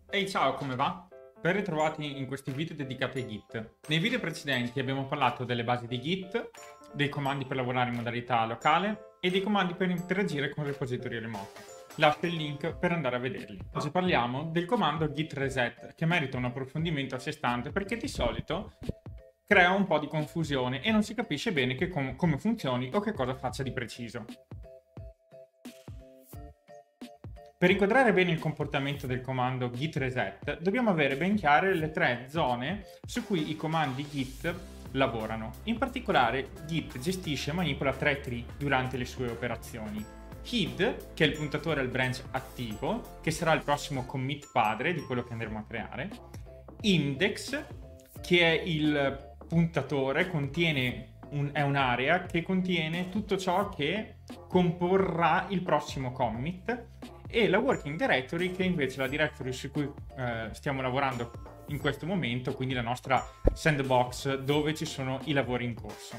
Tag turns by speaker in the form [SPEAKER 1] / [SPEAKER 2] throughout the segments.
[SPEAKER 1] Ehi ciao, come va? Ben ritrovati in questi video dedicati ai Git. Nei video precedenti abbiamo parlato delle basi di Git, dei comandi per lavorare in modalità locale e dei comandi per interagire con repository remoti. Lascio il link per andare a vederli. Oggi parliamo del comando git reset, che merita un approfondimento a sé stante perché di solito crea un po' di confusione e non si capisce bene come funzioni o che cosa faccia di preciso. Per inquadrare bene il comportamento del comando git reset, dobbiamo avere ben chiare le tre zone su cui i comandi git lavorano. In particolare, git gestisce e manipola tre tree durante le sue operazioni. Head, che è il puntatore al branch attivo, che sarà il prossimo commit padre di quello che andremo a creare. Index, che è il puntatore, è un'area che contiene tutto ciò che comporrà il prossimo commit, e la working directory, che è invece la directory su cui stiamo lavorando in questo momento, quindi la nostra sandbox dove ci sono i lavori in corso.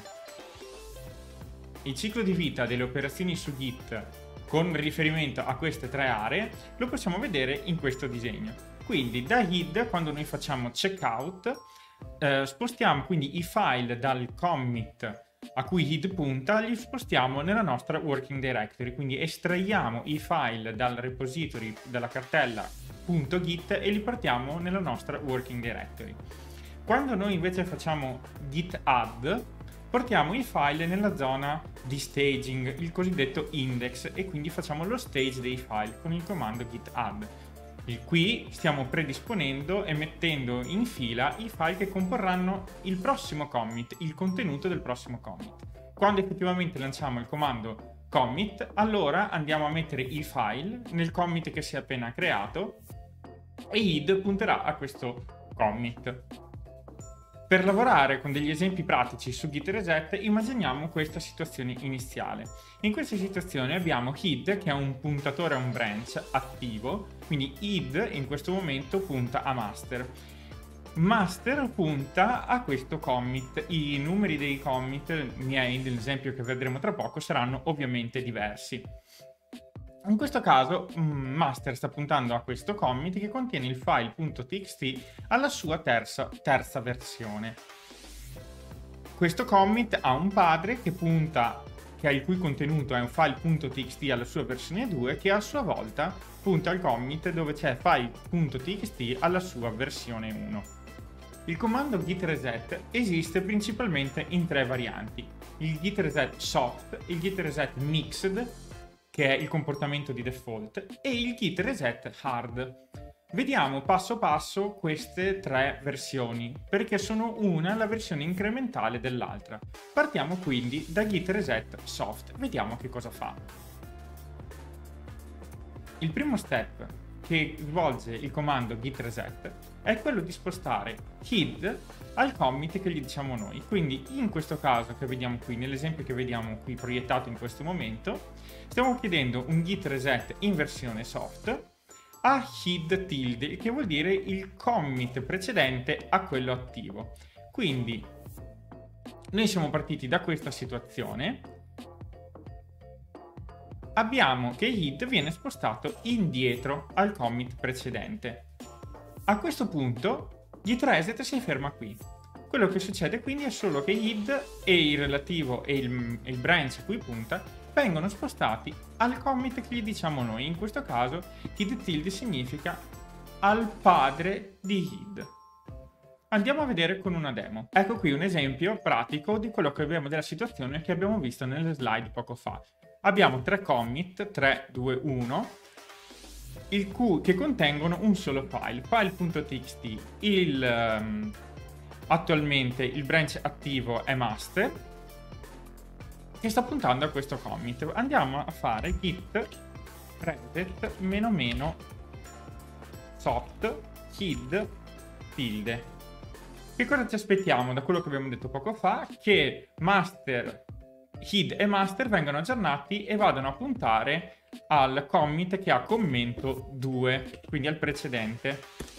[SPEAKER 1] Il ciclo di vita delle operazioni su Git con riferimento a queste tre aree lo possiamo vedere in questo disegno. Quindi da head, quando noi facciamo checkout, spostiamo quindi i file dal commit a cui head punta, li spostiamo nella nostra working directory, quindi estraiamo i file dal repository della cartella .git e li portiamo nella nostra working directory. Quando noi invece facciamo git add, portiamo i file nella zona di staging, il cosiddetto index, e quindi facciamo lo stage dei file con il comando git add. Qui stiamo predisponendo e mettendo in fila i file che comporranno il prossimo commit, il contenuto del prossimo commit. Quando effettivamente lanciamo il comando commit, allora andiamo a mettere i file nel commit che si è appena creato e id punterà a questo commit. Per lavorare con degli esempi pratici su git reset, immaginiamo questa situazione iniziale. In questa situazione abbiamo head, che è un puntatore a un branch attivo, quindi id in questo momento punta a master. Master punta a questo commit. I numeri dei commit miei, dell'esempio che vedremo tra poco, saranno ovviamente diversi. In questo caso master sta puntando a questo commit che contiene il file.txt alla sua terza versione. Questo commit ha un padre il cui contenuto è un file.txt alla sua versione 2, che a sua volta punta al commit dove c'è file.txt alla sua versione 1. Il comando git reset esiste principalmente in tre varianti: il git reset soft, il git reset mixed, che è il comportamento di default, e il git reset hard. Vediamo passo passo queste tre versioni, perché sono una la versione incrementale dell'altra. Partiamo quindi da git reset soft, vediamo che cosa fa. Il primo step che svolge il comando git reset è quello di spostare head al commit che gli diciamo noi. Quindi in questo caso che vediamo qui, nell'esempio che vediamo qui proiettato in questo momento, stiamo chiedendo un git reset in versione soft a head tilde, che vuol dire il commit precedente a quello attivo. Quindi noi siamo partiti da questa situazione. Abbiamo che head viene spostato indietro al commit precedente. A questo punto git reset si ferma qui. Quello che succede quindi è solo che head e il relativo e il branch a cui punta vengono spostati al commit che gli diciamo noi. In questo caso head tilde significa al padre di head. Andiamo a vedere con una demo. Ecco qui un esempio pratico di quello che abbiamo, della situazione che abbiamo visto nelle slide poco fa. Abbiamo tre commit, 3, 2, 1, che contengono un solo file.txt. Attualmente il branch attivo è master, che sta puntando a questo commit. Andiamo a fare git reset -soft head tilde. Che cosa ci aspettiamo da quello che abbiamo detto poco fa? Che head e master vengano aggiornati e vadano a puntare al commit che ha commento 2, quindi al precedente.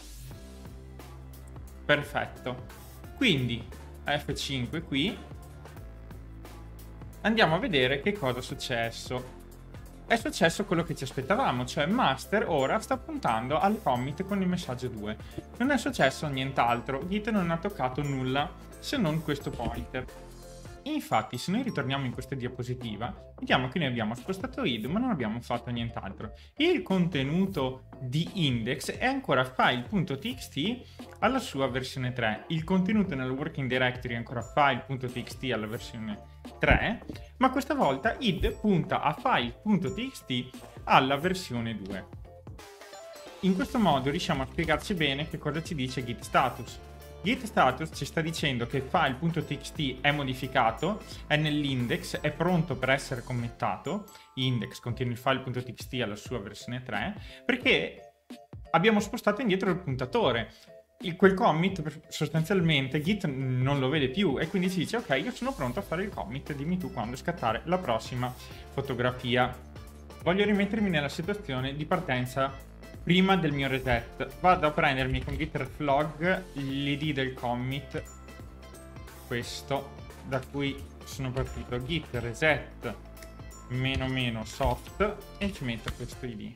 [SPEAKER 1] Perfetto. Quindi F5 qui. Andiamo a vedere che cosa è successo. è successo quello che ci aspettavamo, cioè master ora sta puntando al commit con il messaggio 2. Non è successo nient'altro, Git non ha toccato nulla se non questo pointer. Infatti, se noi ritorniamo in questa diapositiva, vediamo che noi abbiamo spostato id, ma non abbiamo fatto nient'altro. Il contenuto di index è ancora file.txt alla sua versione 3. Il contenuto nel working directory è ancora file.txt alla versione 3, ma questa volta id punta a file.txt alla versione 2. In questo modo riusciamo a spiegarci bene che cosa ci dice git status. Git status ci sta dicendo che file.txt è modificato, è nell'index, è pronto per essere committato, index contiene il file.txt alla sua versione 3, perché abbiamo spostato indietro il puntatore. Quel commit sostanzialmente Git non lo vede più e quindi ci dice ok, io sono pronto a fare il commit, dimmi tu quando scattare la prossima fotografia. Voglio rimettermi nella situazione di partenza prima del mio reset. Vado a prendermi con git reflog l'id del commit, questo da cui sono partito, git reset -- soft, e ci metto questo id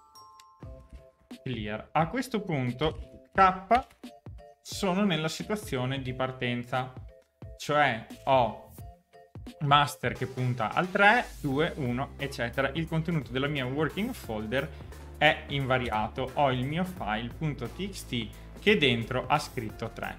[SPEAKER 1] clear. A questo punto k sono nella situazione di partenza, cioè ho master che punta al 3, 2, 1 eccetera. Il contenuto della mia working folder è invariato, ho il mio file.txt che dentro ha scritto 3.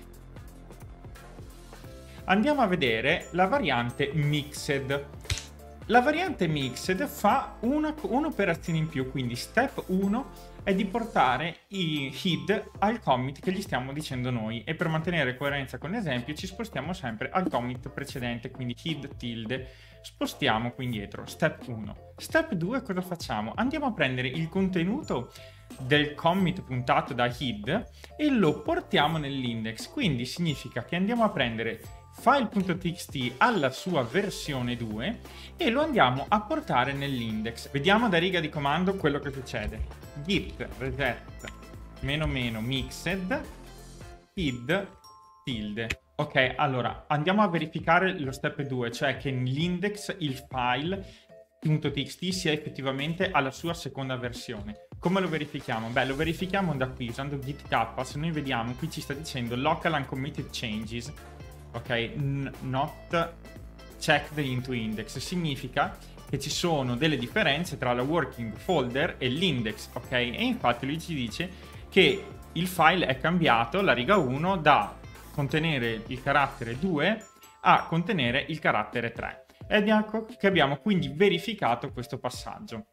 [SPEAKER 1] Andiamo a vedere la variante mixed. La variante mixed fa un'operazione in più, quindi step 1 è di portare i head al commit che gli stiamo dicendo noi, e per mantenere coerenza con l'esempio ci spostiamo sempre al commit precedente, quindi head tilde, spostiamo qui indietro, step 1. Step 2 cosa facciamo? Andiamo a prendere il contenuto del commit puntato da head e lo portiamo nell'index, quindi significa che andiamo a prendere file.txt alla sua versione 2 e lo andiamo a portare nell'index. Vediamo da riga di comando quello che succede. Git reset -- mixed id tilde. Ok, allora andiamo a verificare lo step 2, cioè che nell'index il file.txt sia effettivamente alla sua seconda versione. Come lo verifichiamo? Beh, lo verifichiamo da qui usando git k. Se noi vediamo, qui ci sta dicendo local uncommitted changes, ok, not checked into index. Significa che ci sono delle differenze tra la working folder e l'index, ok? E infatti lui ci dice che il file è cambiato, la riga 1, da contenere il carattere 2 a contenere il carattere 3. Ed ecco che abbiamo quindi verificato questo passaggio.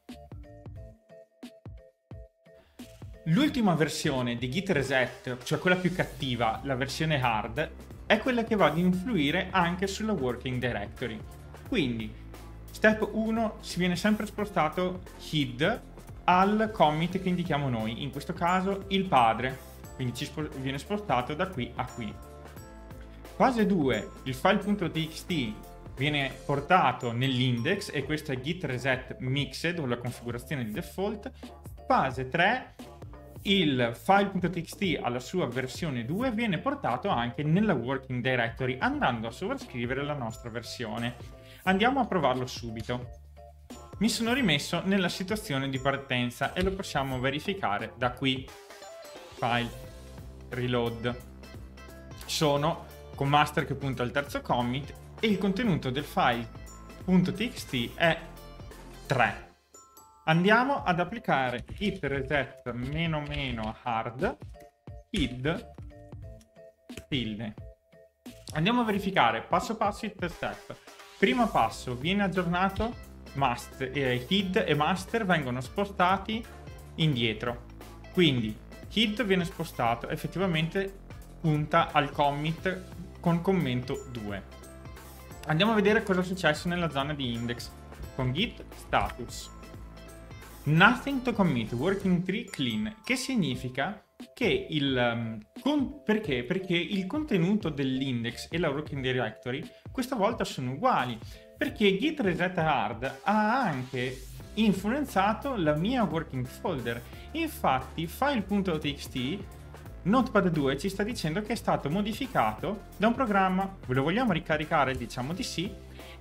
[SPEAKER 1] L'ultima versione di git reset, cioè quella più cattiva, la versione hard, è quella che va ad influire anche sulla working directory. Quindi, step 1, si viene sempre spostato head al commit che indichiamo noi, in questo caso il padre, quindi viene spostato da qui a qui. Fase 2, il file.txt viene portato nell'index e questo è git reset mixed o la configurazione di default. Fase 3, il file.txt alla sua versione 2 viene portato anche nella working directory andando a sovrascrivere la nostra versione. Andiamo a provarlo subito. Mi sono rimesso nella situazione di partenza e lo possiamo verificare da qui. File, reload. Sono con master che punta al terzo commit e il contenuto del file.txt è 3. Andiamo ad applicare git reset -- hard id tilde. Andiamo a verificare passo passo i step. Primo passo, viene aggiornato master, head e master vengono spostati indietro. Quindi head viene spostato, effettivamente punta al commit con commento 2. Andiamo a vedere cosa è successo nella zona di index con git status. Nothing to commit, working tree clean, che significa che perché il contenuto dell'index e la working directory questa volta sono uguali, perché git reset hard ha anche influenzato la mia working folder. Infatti file.txt Notepad 2 ci sta dicendo che è stato modificato da un programma. Ve lo vogliamo ricaricare? Diciamo di sì.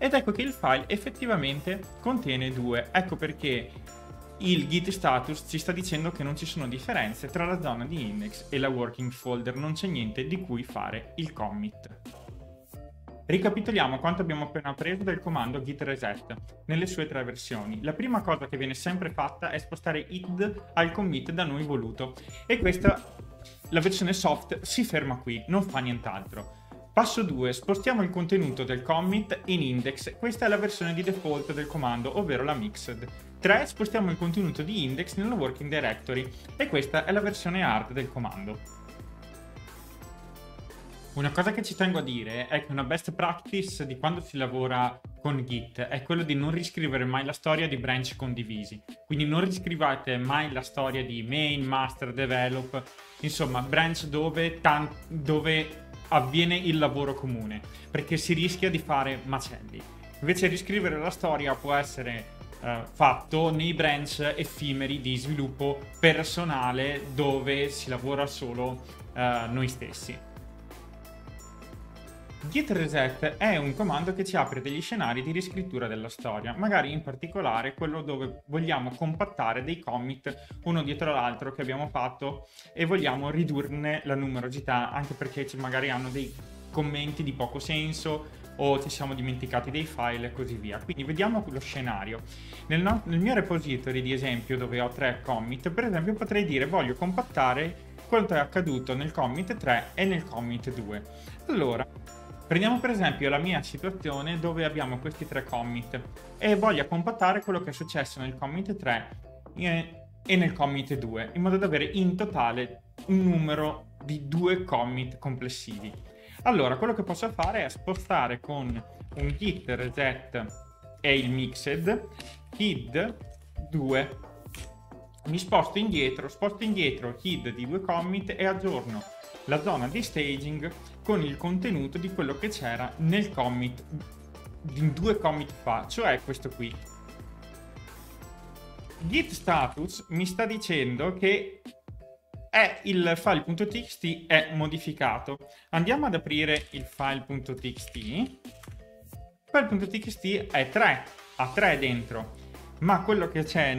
[SPEAKER 1] ed ecco che il file effettivamente contiene 2. Ecco perché il git status ci sta dicendo che non ci sono differenze tra la zona di index e la working folder, non c'è niente di cui fare il commit. Ricapitoliamo quanto abbiamo appena preso del comando git reset nelle sue 3 versioni. La prima cosa che viene sempre fatta è spostare id al commit da noi voluto, e questa, la versione soft, si ferma qui, non fa nient'altro. Passo 2, spostiamo il contenuto del commit in index, questa è la versione di default del comando, ovvero la mixed. 3, spostiamo il contenuto di index nella working directory, e questa è la versione hard del comando. Una cosa che ci tengo a dire è che una best practice di quando si lavora con Git è quello di non riscrivere mai la storia di branch condivisi. Quindi non riscrivate mai la storia di main, master, develop, insomma branch dove avviene il lavoro comune, perché si rischia di fare macelli. Invece riscrivere la storia può essere fatto nei branch effimeri di sviluppo personale dove si lavora solo noi stessi. Git reset è un comando che ci apre degli scenari di riscrittura della storia, magari in particolare quello dove vogliamo compattare dei commit uno dietro l'altro che abbiamo fatto e vogliamo ridurne la numerosità, anche perché magari hanno dei commenti di poco senso o ci siamo dimenticati dei file e così via. Quindi vediamo lo scenario. Nel mio repository di esempio, dove ho 3 commit, per esempio potrei dire voglio compattare quanto è accaduto nel commit 3 e nel commit 2. Allora, prendiamo per esempio la mia situazione dove abbiamo questi 3 commit e voglio compattare quello che è successo nel commit 3 e nel commit 2, in modo da avere in totale un numero di 2 commit complessivi. Allora, quello che posso fare è spostare con un git reset e il mixed id 2. Mi sposto indietro id di 2 commit e aggiorno la zona di staging con il contenuto di quello che c'era nel commit di 2 commit fa, cioè questo qui. Git status mi sta dicendo che il file.txt è modificato. Andiamo ad aprire il file.txt. Il file.txt è 3, ha 3 dentro, ma quello che c'è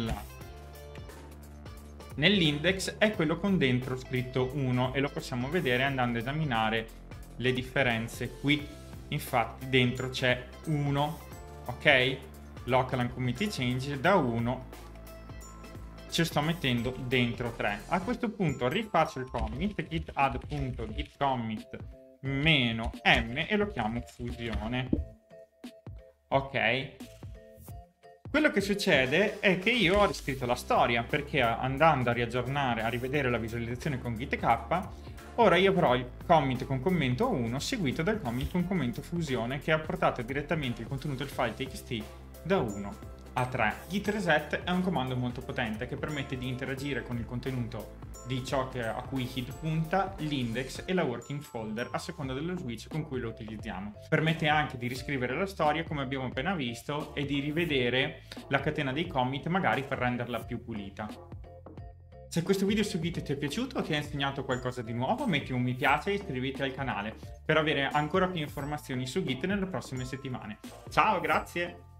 [SPEAKER 1] nell'index è quello con dentro scritto 1 e lo possiamo vedere andando ad esaminare le differenze qui. Infatti dentro c'è 1, ok? Local and committee change da 1 ci sto mettendo dentro 3. A questo punto rifaccio il commit git add.git commit -m e lo chiamo fusione. Ok. Quello che succede è che io ho riscritto la storia, perché andando a riaggiornare, a rivedere la visualizzazione con gitk, ora io avrò il commit con commento 1 seguito dal commit con commento fusione che ha portato direttamente il contenuto del file txt da 1 a 3. Git reset è un comando molto potente che permette di interagire con il contenuto di ciò a cui hit punta, l'index e la working folder a seconda dello switch con cui lo utilizziamo. Permette anche di riscrivere la storia come abbiamo appena visto e di rivedere la catena dei commit magari per renderla più pulita. Se questo video su Git ti è piaciuto o ti ha insegnato qualcosa di nuovo, metti un mi piace e iscriviti al canale per avere ancora più informazioni su Git nelle prossime settimane. Ciao, grazie!